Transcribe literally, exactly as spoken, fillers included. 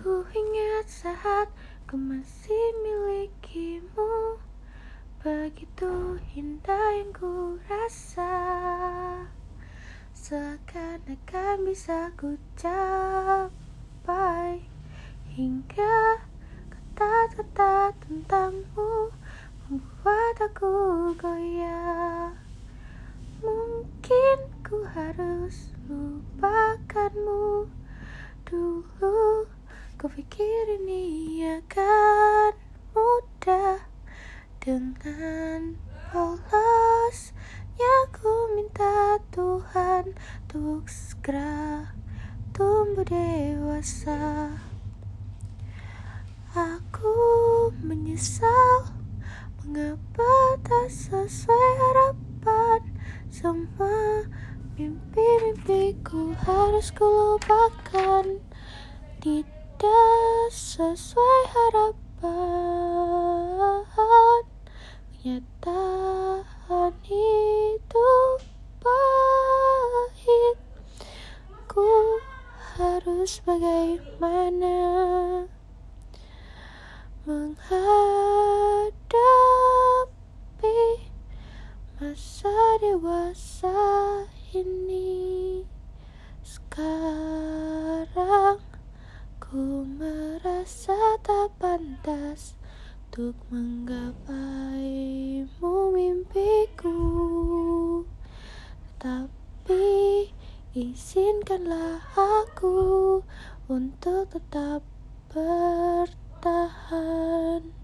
Ku ingat saat ku masih milikimu, begitu indah yang ku rasa, seakan-akan bisa ku capai, hingga kata-kata tentangmu membuat aku goyah. Mungkin ku harus lupakanmu dulu. Ku pikir ini akan mudah, dengan polosnya ku minta Tuhan untuk segera tumbuh dewasa. Aku menyesal mengapa tak sesuai harapan. Semua mimpi-mimpiku harus ku lupakan, tidak sesuai harapan. Kenyataan itu pahit. Ku harus bagaimana menghadapi masa dewasa ini. Sekarang ku merasa tak pantas untuk menggapaimu mimpiku, tetapi izinkanlah aku untuk tetap bertahan.